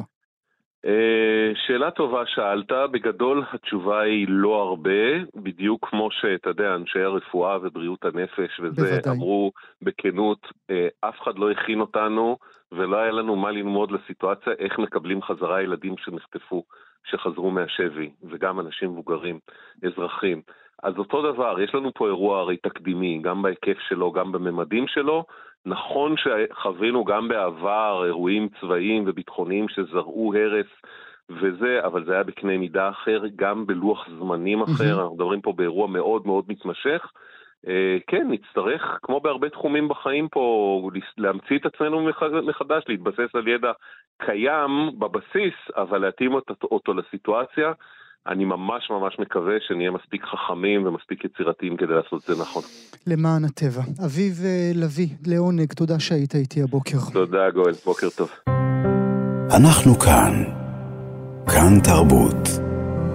שאלה טובה שאלת, בגדול התשובה היא לא הרבה, בדיוק כמו שאתה יודע, אנשי הרפואה ובריאות הנפש וזה בוודאי. אמרו בכנות, אף אחד לא הכין אותנו ולא היה לנו מה ללמוד לסיטואציה איך מקבלים חזרה ילדים שנחטפו, שחזרו מהשבי, וגם אנשים מבוגרים, אזרחים. אז אותו דבר, יש לנו פה אירוע הרי תקדימי, גם בהיקף שלו, גם בממדים שלו, נכון שחווינו גם בעבר אירועים צבאיים וביטחוניים שזרעו הרס וזה, אבל זה היה בקנה מידה אחר, גם בלוח זמנים אחר, אנחנו מדברים פה באירוע מאוד מאוד מתמשך, כן, נצטרך, כמו בהרבה תחומים בחיים פה, להמציא את עצמנו מחדש, להתבסס על ידע קיים בבסיס, אבל להתאים אותו לסיטואציה. אני ממש ממש מקווה שנהיה מספיק חכמים ומספיק יצירתיים כדי לעשות את זה נכון. למען הטבע. אביב לוי, לעונג, תודה שהיית איתי הבוקר. תודה גואל, בוקר טוב. אנחנו כאן. כאן תרבות.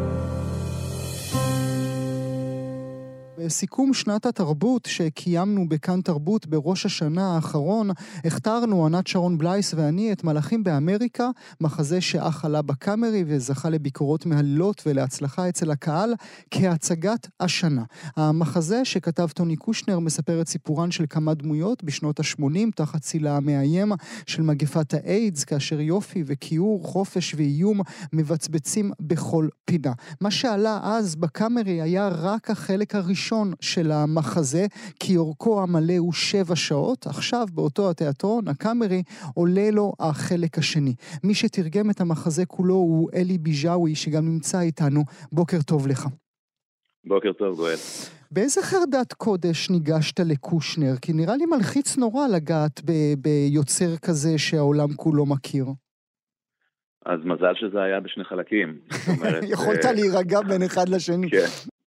בסיכום שנת התרבות שקיימנו בכאן תרבות בראש השנה האחרון, הכתרנו ענת שרון בלייס ואני את מלאכים באמריקה, מחזה שאך עלה בקאמרי וזכה לביקורות מהלילות ולהצלחה אצל הקהל כהצגת השנה. המחזה שכתב טוני קושנר מספר את סיפורן של כמה דמויות בשנות ה-שמונים תחת צילה המאיים של מגפת האיידס, כאשר יופי וכיעור, חופש ואיום מבצבצים בכל פינה. מה שעלה אז בקאמרי היה רק החלק הראשון של המחזה, כי אורכו המלא הוא שבע שעות. עכשיו באותו התיאטרון הקאמרי עולה לו החלק השני. מי שתרגם את המחזה כולו הוא אלי ביג'אווי, שגם נמצא איתנו. בוקר טוב לך. בוקר טוב גואל. באיזה חרדת קודש ניגשת לקושנר? כי נראה לי מלחיץ נורא לגעת ב- ביוצר כזה שהעולם כולו מכיר. אז מזל שזה היה בשני חלקים. יכולת להירגע בין אחד לשני. כן.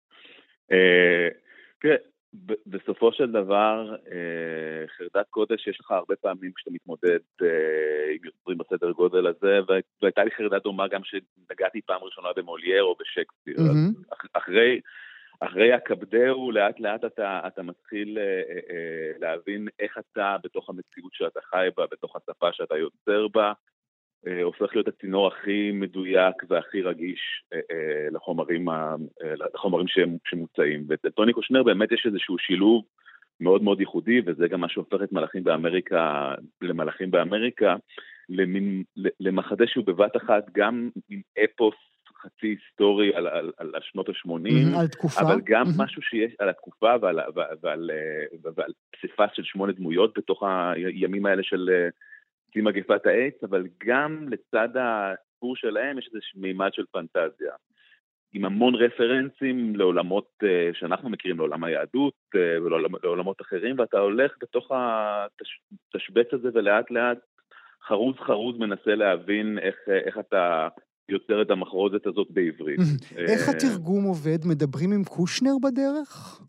תראה, בסופו של דבר, חרדת קודש יש לך הרבה פעמים כשאתה מתמודד עם יוצרים בסדר גודל הזה, והייתה לי חרדת דומה גם שנגעתי פעם ראשונה במולייר או בשקספיר. אחרי... אחרי הקבדהו, לאט לאט אתה, אתה מתחיל אה, אה, להבין איך אתה בתוך המציאות שאתה חי בה, בתוך השפה שאתה יוצר בה, אה, הופך להיות הצינור הכי מדויק והכי רגיש אה, אה, לחומרים, ה, אה, לחומרים שמוצאים. וטוני קושנר באמת יש איזשהו שילוב מאוד מאוד ייחודי, וזה גם מה שהופך את מלאכים באמריקה, למלאכים באמריקה, למין, למחזה שהוא בבת אחת גם עם אפוס, חצי היסטורי על, על, על שנות ה-שמונים, על תקופה. אבל גם mm-hmm. משהו שיש על התקופה ועל, ועל, ועל, ועל פסיפס של שמונה דמויות בתוך הימים האלה של צי מגפת האיידס, אבל גם לצד הסיפור שלהם יש איזה מימד של פנטזיה, עם המון רפרנסים לעולמות שאנחנו מכירים, לעולם היהדות ולעולמות אחרים, ואתה הולך בתוך התשבץ הזה ולאט לאט חרוז חרוז מנסה להבין איך, איך אתה יוצר את המחרוזת הזאת בעברית. איך התרגום עובד? מדברים עם קושנר בדרך?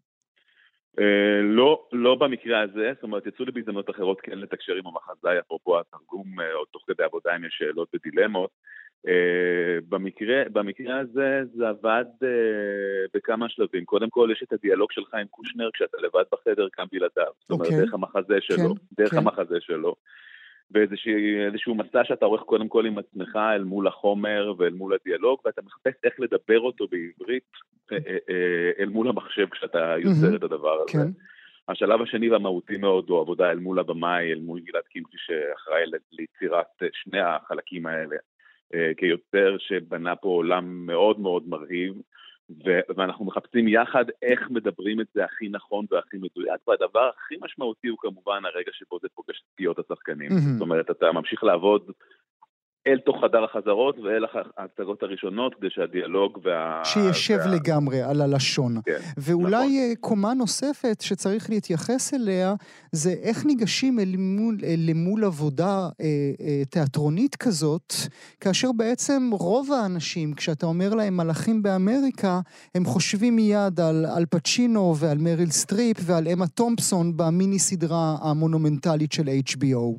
לא, לא במקרה הזה, זאת אומרת, יצאו לי בהזדמנות אחרות כן לתקשר עם המחזאי, אפרופו התרגום, או תוך כדי עבודה אם יש שאלות ודילמות. במקרה, במקרה הזה זה עבד בכמה שלבים. קודם כל יש את הדיאלוג שלך עם קושנר כשאתה לבד בחדר, כאן בלעדיו. זאת אומרת, דרך המחזה שלו, דרך המחזה שלו. באיזשהו מסע שאתה עורך קודם כל עם עצמך אל מול החומר ואל מול הדיאלוג, ואתה מחפש איך לדבר אותו בעברית אל מול המחשב כשאתה יוצר את הדבר הזה. השלב השני והמהותי מאוד הוא עבודה אל מול הבמאי, אל מול גלעד קימתי שאחראי ליצירת שני החלקים האלה, כיוצר שבנה פה עולם מאוד מאוד מרהיב, ואנחנו מחפשים יחד איך מדברים את זה הכי נכון והכי מדויק, והדבר הכי משמעותי הוא כמובן הרגע שבו זה פוגש את פגיעות השחקנים. זאת אומרת, אתה ממשיך לעבוד אל תוך חדר החזרות ואל ההצגות הראשונות, כדי שהדיאלוג וה... שישב וה... לגמרי על הלשון. כן, ואולי נכון. קומה נוספת שצריך להתייחס אליה, זה איך ניגשים אל מול, אל מול עבודה אה, אה, תיאטרונית כזאת, כאשר בעצם רוב האנשים, כשאתה אומר להם מלאכים באמריקה, הם חושבים מיד על, על פצ'ינו ועל מריל סטריפ ועל אמה תומפסון במיני סדרה המונומנטלית של אייץ' בי או.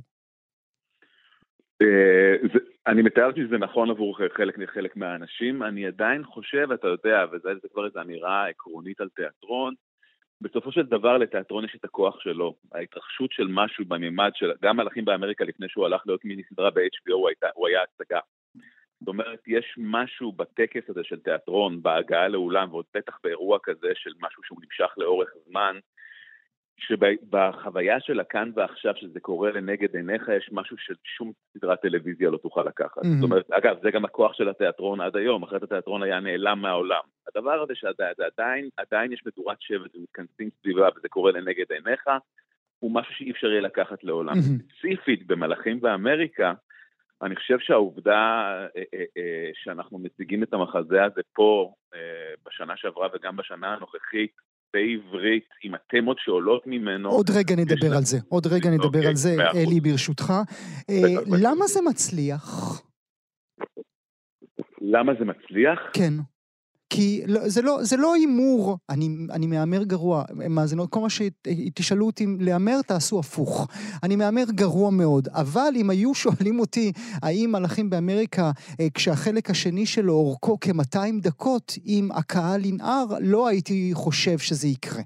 זה... אני מתאר שזה נכון עבור חלק מחלק מהאנשים, אני עדיין חושב, אתה יודע, וזה כבר איזו אמירה עקרונית על תיאטרון, בסופו של דבר לתיאטרון יש את הכוח שלו, ההתרחשות של משהו בממד של, גם מלאכים באמריקה לפני שהוא הלך להיות מיני סדרה ב-אייץ' בי או, הוא, הייתה, הוא היה הצגה. זאת אומרת, יש משהו בטקס הזה של תיאטרון, בהגעה לאולם, ועוד בטח באירוע כזה של משהו שהוא נמשך לאורך זמן, שבחוויה של הכאן ועכשיו שזה קורה לנגד עיניך, יש משהו ששום סדרת טלוויזיה לא תוכל לקחת. Mm-hmm. זאת אומרת, אגב, זה גם הכוח של התיאטרון עד היום, אחרת התיאטרון היה נעלם מהעולם. הדבר הזה שעדיין עדיין יש מדורת שבט ומתכנסים סביבה וזה קורה לנגד עיניך, הוא משהו שאי אפשר יהיה לקחת לעולם. Mm-hmm. ספציפית במלאכים באמריקה, אני חושב שהעובדה אה, אה, אה, שאנחנו מציגים את המחזה הזה פה, אה, בשנה שעברה וגם בשנה הנוכחית, משפטי עברית עם התמות שעולות ממנו. עוד רגע נדבר על זה, עוד רגע נדבר על זה, אלי, ברשותך. למה זה מצליח? למה זה מצליח? כן. כי זה לא, זה לא אימור, אני, אני מאמר גרוע, מאזינות, כל מה שתשאלו אותי לאמר, תעשו הפוך. אני מאמר גרוע מאוד, אבל אם היו שואלים אותי, האם מלאכים באמריקה, כשהחלק השני שלו אורכו כ-מאתיים דקות, אם הקהל ינער, לא הייתי חושב שזה יקרה.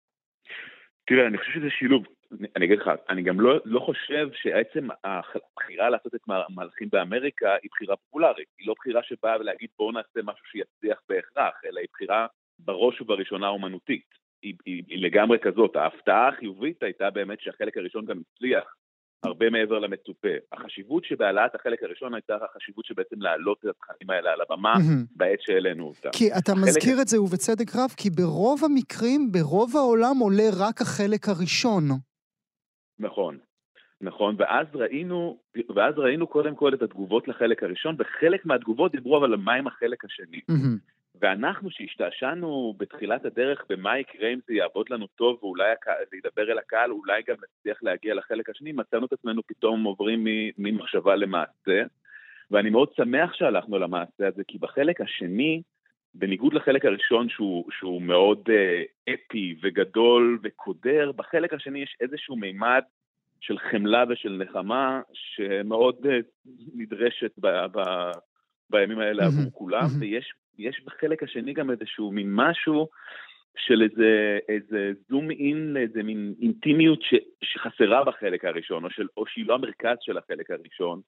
תראה, אני חושב שזה שילוב. אני אגיד לך, אני גם לא, לא חושב שעצם הבחירה לעשות את מלאכים באמריקה היא בחירה פופולרית. היא לא בחירה שבאה להגיד בואו נעשה משהו שיצליח בהכרח, אלא היא בחירה בראש ובראשונה אומנותית. היא, היא, היא לגמרי כזאת. ההפתעה החיובית הייתה באמת שהחלק הראשון גם הצליח, הרבה מעבר למצופה. החשיבות שבהעלאת החלק הראשון הייתה החשיבות שבעצם להעלות את התכנים האלה על הבמה בעת שהעלינו אותה. כי אתה מזכיר את זה ובצדק רב, כי ברוב המקרים, ברוב העולם עולה רק החלק הראשון. נכון, נכון, ואז ראינו, ואז ראינו קודם כל את התגובות לחלק הראשון, וחלק מהתגובות דיברו אבל מה עם החלק השני. ואנחנו שהשתעשענו בתחילת הדרך במה יקרה אם זה יעבוד לנו טוב, ואולי זה ידבר אל הקהל, אולי גם נצליח להגיע לחלק השני, מצאנו את עצמנו פתאום עוברים ממחשבה למעשה, ואני מאוד שמח שהלכנו למעשה הזה, כי בחלק השני, בניגוד לחלק הראשון שהוא, שהוא מאוד uh, אפי וגדול וקודר, בחלק השני יש איזשהו מימד של חמלה ושל נחמה שמאוד uh, נדרשת ב, ב, בימים האלה עבור mm-hmm. כולם, mm-hmm. ויש יש בחלק השני גם איזשהו מין משהו של איזה, איזה זום אין, איזה מין אינטימיות ש, שחסרה בחלק הראשון, או, של, או שהיא לא המרכז של החלק הראשון.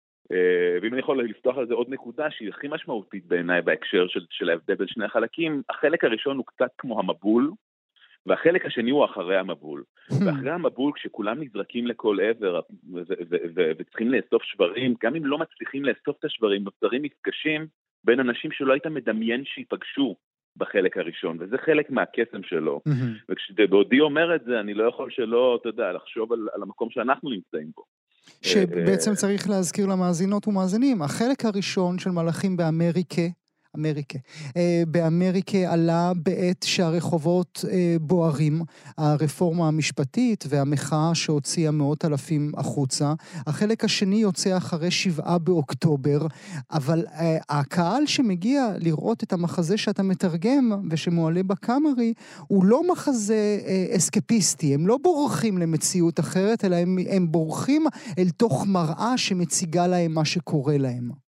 ואם אני יכול לפתוח על זה עוד נקודה שהיא הכי משמעותית בעיניי בהקשר של, של ההבדל בין שני החלקים, החלק הראשון הוא קצת כמו המבול, והחלק השני הוא אחרי המבול. ואחרי המבול, כשכולם נזרקים לכל עבר וצריכים לאסוף שברים, גם אם לא מצליחים לאסוף את השברים, נוצרים מפגשים בין אנשים שלא היית מדמיין שיפגשו בחלק הראשון, וזה חלק מהקסם שלו. וכשבעודי אומר את זה, אני לא יכול שלא, אתה יודע, לחשוב על, על המקום שאנחנו נמצאים בו. שבעצם צריך להזכיר למאזינות ומאזינים, החלק הראשון של מלאכים באמריקה, אמריקה. באמריקה עלה בעת שהרחובות בוערים, הרפורמה המשפטית והמחאה שהוציאה מאות אלפים החוצה. החלק השני יוצא אחרי שבעה באוקטובר, אבל הקהל שמגיע לראות את המחזה שאתה מתרגם ושמועלה בקאמרי, הוא לא מחזה אסקפיסטי, הם לא בורחים למציאות אחרת, אלא הם, הם בורחים אל תוך מראה שמציגה להם מה שקורה להם.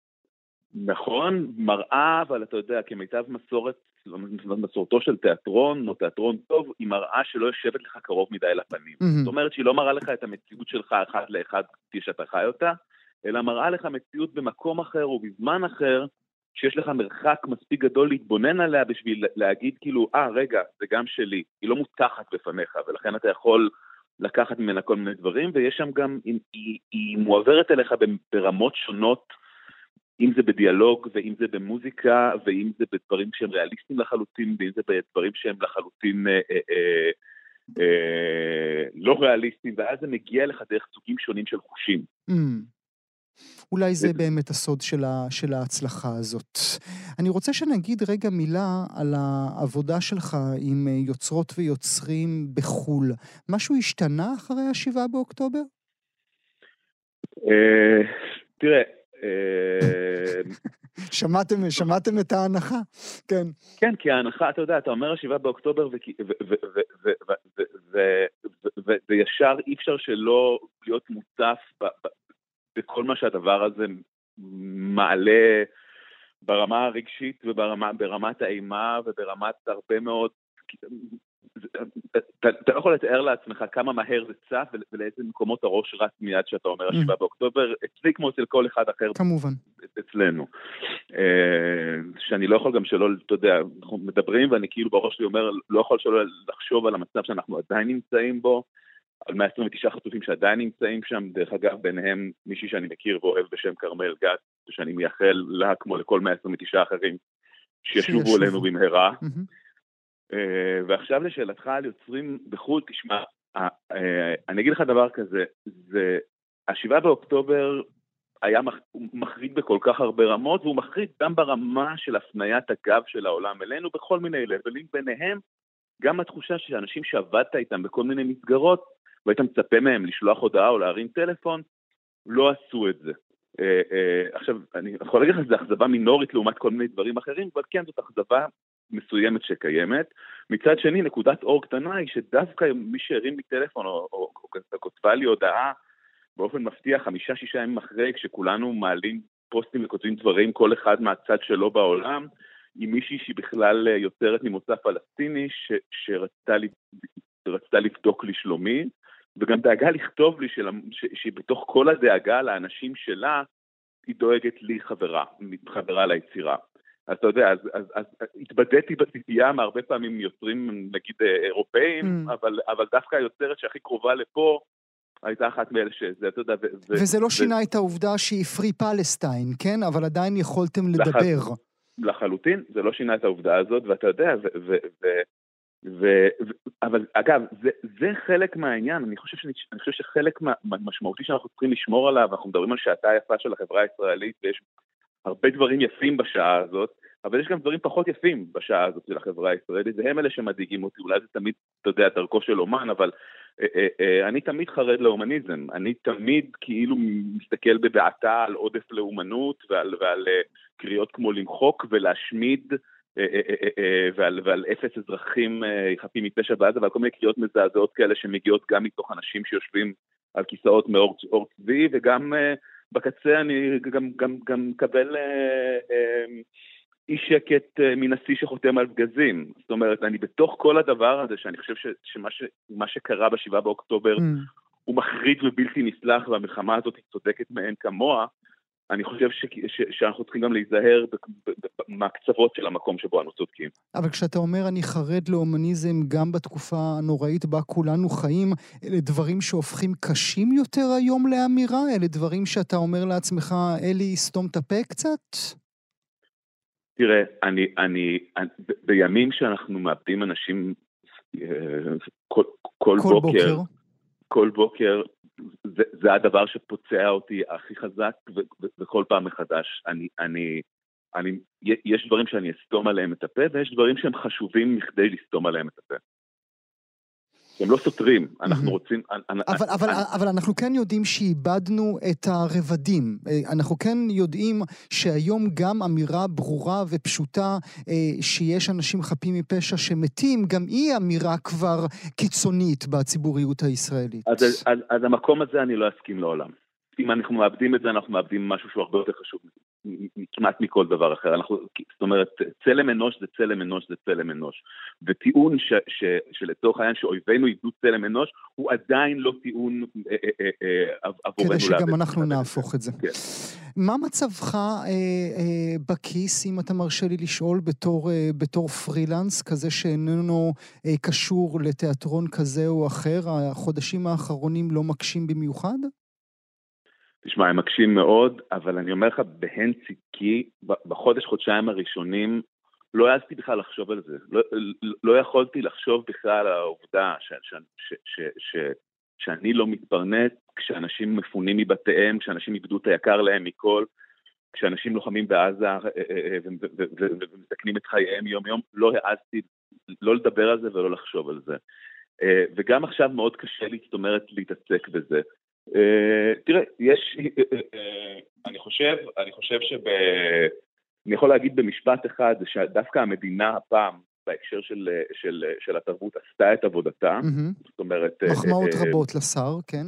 נכון, מראה, אבל אתה יודע, כמיטב מסורת, מסורתו של תיאטרון, או תיאטרון טוב, היא מראה שלא יושבת לך קרוב מדי לפנים. Mm-hmm. זאת אומרת שהיא לא מראה לך את המציאות שלך אחד לאחד, כפי שאתה חי אותה, אלא מראה לך מציאות במקום אחר ובזמן אחר, שיש לך מרחק מספיק גדול להתבונן עליה, בשביל להגיד כאילו, אה, רגע, זה גם שלי. היא לא מותחת בפניך, ולכן אתה יכול לקחת ממנה כל מיני דברים, ויש שם גם, היא, היא, היא מועברת אליך ברמות שונות, אם זה בדיאלוג, ואם זה במוזיקה, ואם זה בדברים שהם ריאליסטיים לחלוטין, ואם זה בדברים שהם לחלוטין אה, אה, אה, אה, לא ריאליסטיים, ואז זה מגיע לך דרך סוגים שונים של חושים. Mm. אולי זה באמת הסוד של, ה, של ההצלחה הזאת. אני רוצה שנגיד רגע מילה על העבודה שלך עם יוצרות ויוצרים בחול. משהו השתנה אחרי השבעה באוקטובר? אה, תראה, שמעתם, שמעתם את ההנחה, כן. כן, כי ההנחה, אתה יודע, אתה אומר השבעה באוקטובר, וישר אי אפשר שלא להיות מוצף בכל מה שהדבר הזה מעלה ברמה הרגשית וברמת האימה וברמת הרבה מאוד, אתה לא יכול לתאר לעצמך כמה מהר זה צף ולאיזה מקומות הראש רץ מיד שאתה אומר השבעה באוקטובר, אצלי כמו אצל כל אחד אחר כמובן אצלנו, שאני לא יכול גם שלא, אתה יודע, אנחנו מדברים ואני כאילו בראש שלי אומר, לא יכול שלא לחשוב על המצב שאנחנו עדיין נמצאים בו, על מאה עשרים ותשעה חטופים שעדיין נמצאים שם, דרך אגב ביניהם מישהי שאני מכיר ואוהב בשם כרמל גת, שאני מייחל לה כמו לכל מאה עשרים ותשעה אחרים שישובו אלינו במהרה. ועכשיו לשאלתך על יוצרים בחו"ל, תשמע, אני אגיד לך דבר כזה, זה, השבעה באוקטובר היה מחריד בכל כך הרבה רמות, והוא מחריד גם ברמה של הפניית הגב של העולם אלינו, בכל מיני לבלים, ביניהם גם התחושה שאנשים שעבדת איתם בכל מיני מסגרות, והיית מצפה מהם לשלוח הודעה או להרים טלפון, לא עשו את זה. אה, אה, עכשיו, אני יכול להגיד לך, זה אכזבה מינורית לעומת כל מיני דברים אחרים, אבל כן, זאת אכזבה מסוימת שקיימת. מצד שני, נקודת אור קטנה היא שדווקא מי שהרים לי טלפון או, או, או כותבה לי הודעה באופן מפתיע חמישה, שישה ימים אחרי, כשכולנו מעלים פוסטים וכותבים דברים, כל אחד מהצד שלו בעולם, עם מישהי שהיא בכלל יוצרת ממוצא פלסטיני, ש, שרצתה, לי, שרצתה לבדוק לי שלומי, וגם דאגה לכתוב לי של, ש, שבתוך כל הדאגה לאנשים שלה, היא דואגת לי חברה, חברה ליצירה. אז אתה יודע, אז, אז, אז התבדתי בציפייה מהרבה פעמים יוצרים, נגיד, אירופאים, mm. אבל, אבל דווקא היוצרת שהכי קרובה לפה, הייתה אחת מאלה שזה, אתה יודע... ו, וזה לא ו, שינה ו... את העובדה שהיא פרי פלסטיין, כן? אבל עדיין יכולתם לדבר. לח... לחלוטין, זה לא שינה את העובדה הזאת, ואתה יודע, ו... ו, ו ו... ו... אבל אגב, זה, זה חלק מהעניין, אני חושב, שאני, אני חושב שחלק משמעותי שאנחנו צריכים לשמור עליו, אנחנו מדברים על שעתה היפה של החברה הישראלית, ויש הרבה דברים יפים בשעה הזאת, אבל יש גם דברים פחות יפים בשעה הזאת של החברה הישראלית, והם אלה שמדאיגים אותי, אולי זה תמיד, אתה יודע, דרכו של אומן, אבל אה, אה, אה, אני תמיד חרד לאומניזם, אני תמיד כאילו מסתכל בבעתה על עודף לאומנות, ועל, ועל אה, קריאות כמו למחוק ולהשמיד, אה, אה, אה, אה, ועל, ועל אפס אזרחים אה, חפים מפשע בעזה, ועל כל מיני קריאות מזעזעות כאלה שמגיעות גם מתוך אנשים שיושבים על כיסאות מאור צבי, וגם אה, בקצה אני גם, גם, גם מקבל אה, אה, אי שקט אה, מנשיא שחותם על פגזים. זאת אומרת, אני בתוך כל הדבר הזה, שאני חושב ש, שמה ש, מה שקרה בשבעה באוקטובר, mm. הוא מחריד ובלתי נסלח, והמלחמה הזאת היא צודקת מאין כמוה, אני חושב ש, ש, שאנחנו צריכים גם להיזהר מהקצוות של המקום שבו אנו צודקים. אבל כשאתה אומר אני חרד לאומניזם גם בתקופה הנוראית בה כולנו חיים, אלה דברים שהופכים קשים יותר היום לאמירה? אלה דברים שאתה אומר לעצמך, אלי, סתום את הפה קצת? תראה, אני, אני, אני, בימים שאנחנו מאבדים אנשים כל, כל, כל בוקר, בוקר, כל בוקר, זה, זה הדבר שפוצע אותי הכי חזק, ו, ו, וכל פעם מחדש. אני, אני, אני, יש דברים שאני אסתום עליהם את הפה, ויש דברים שהם חשובים מכדי לסתום עליהם את הפה. הם לא סותרים, אנחנו רוצים... אבל, אבל, אבל אנחנו כן יודעים שאיבדנו את הרבדים. אנחנו כן יודעים שהיום גם אמירה ברורה ופשוטה שיש אנשים חפים מפשע שמתים, גם היא אמירה כבר קיצונית בציבוריות הישראלית. אז, אז, אז המקום הזה אני לא אסכים לעולם. אם אנחנו מאבדים את זה, אנחנו מאבדים משהו שהוא הרבה יותר חשוב, כמעט מכל דבר אחר. אנחנו, זאת אומרת, צלם אנוש זה צלם אנוש זה צלם אנוש. וטיעון ש, ש, שלתוך העניין שאויבינו איבדו צלם אנוש, הוא עדיין לא טיעון אה, אה, אה, עבורנו. כדי שגם אנחנו נהפוך את זה. כן. מה מצבך אה, אה, בכיס, אם אתה מרשה לי לשאול, בתור, אה, בתור פרילנס, כזה שאיננו אה, קשור לתיאטרון כזה או אחר? החודשים האחרונים לא מקשים במיוחד? תשמע, הם מקשים מאוד, אבל אני אומר לך, בהן צדקי, בחודש, חודשיים הראשונים, לא העזתי בכלל לחשוב על זה. לא, לא יכולתי לחשוב בכלל על העובדה ש, ש, ש, ש, ש, שאני לא מתפרנס, כשאנשים מפונים מבתיהם, כשאנשים איבדו את היקר להם מכל, כשאנשים לוחמים בעזה ומסכנים את חייהם יום יום, לא העזתי לא לדבר על זה ולא לחשוב על זה. וגם עכשיו מאוד קשה לי, זאת אומרת, להתעסק בזה. Uh, תראה, יש, uh, uh, אני חושב, אני חושב שב, אני יכול להגיד במשפט אחד, שדווקא המדינה הפעם, בהקשר של, של, של התרבות, עשתה את עבודתה, mm-hmm. זאת אומרת... מחמאות uh, רבות uh, לשר, כן.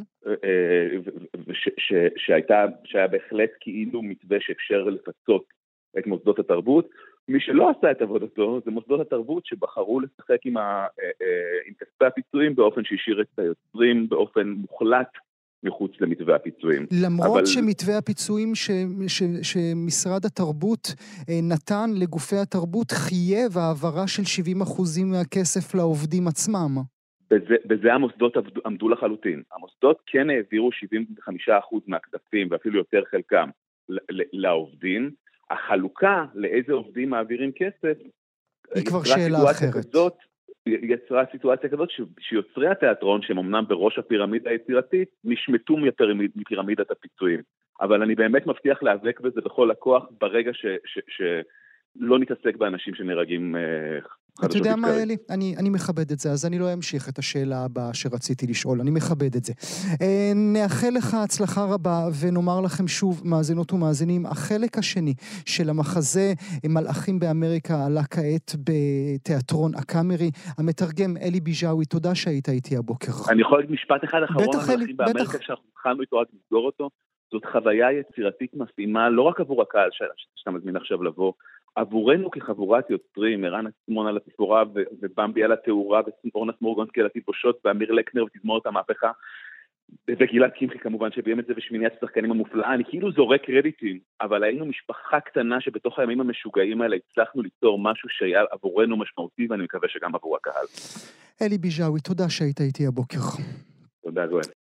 שהייתה, שהיה בהחלט כאילו מתווה שאפשר לפצות את מוסדות התרבות, מי שלא עשה את עבודתו, זה מוסדות התרבות שבחרו לשחק עם, ה, עם כספי הפיצויים, באופן שהשאיר את היוצרים, באופן מוחלט, מחוץ למתווה הפיצויים. למרות אבל... שמתווה הפיצויים ש... ש... שמשרד התרבות נתן לגופי התרבות חייב העברה של שבעים אחוזים מהכסף לעובדים עצמם. בזה, בזה המוסדות עמדו לחלוטין. המוסדות כן העבירו שבעים וחמישה אחוז מהכספים, ואפילו יותר חלקם, לעובדים. החלוקה לאיזה עובדים מעבירים כסף, היא כבר שאלה אחרת. כזאת, יצרה סיטואציה כזאת שיוצרי התיאטרון, שהם אמנם בראש הפירמידה היצירתית, נשמטו מפירמידת הפיצויים. אבל אני באמת מבטיח להיאבק בזה בכל הכוח, ברגע ש, ש, שלא נתעסק באנשים שנהרגים אתה יודע מה, אלי? אני, אני מכבד את זה, אז אני לא אמשיך את השאלה הבאה שרציתי לשאול, אני מכבד את זה. נאחל לך הצלחה רבה, ונאמר לכם שוב, מאזינות ומאזינים, החלק השני של המחזה מלאכים באמריקה עלה כעת בתיאטרון הקאמרי. המתרגם אלי ביג'אווי, תודה שהיית איתי הבוקר. אני יכול להגיד משפט אחד אחרון, בטח, מלאכים באמריקה, כשאנחנו התחלנו איתו רק לסגור אותו, זאת חוויה יצירתית מפעימה, לא רק עבור הקהל שאתה מזמין עכשיו לבוא, עבורנו כחבורת יוצרים, ערן עצמון על התפאורה ובמבי על התאורה ואורנה סמורגונסקי על התלבושות ואמיר לקנר ותזמורת המהפכה וגלעד קמחי כמובן שביים את זה ושמיניית השחקנים המופלאה. אני כאילו זורק קרדיטים, אבל היינו משפחה קטנה שבתוך הימים המשוגעים האלה הצלחנו ליצור משהו שהיה עבורנו משמעותי, ואני מקווה שגם עבור הקהל. אלי ביג'אווי, תודה שהיית איתי הבוקר. תודה גואל.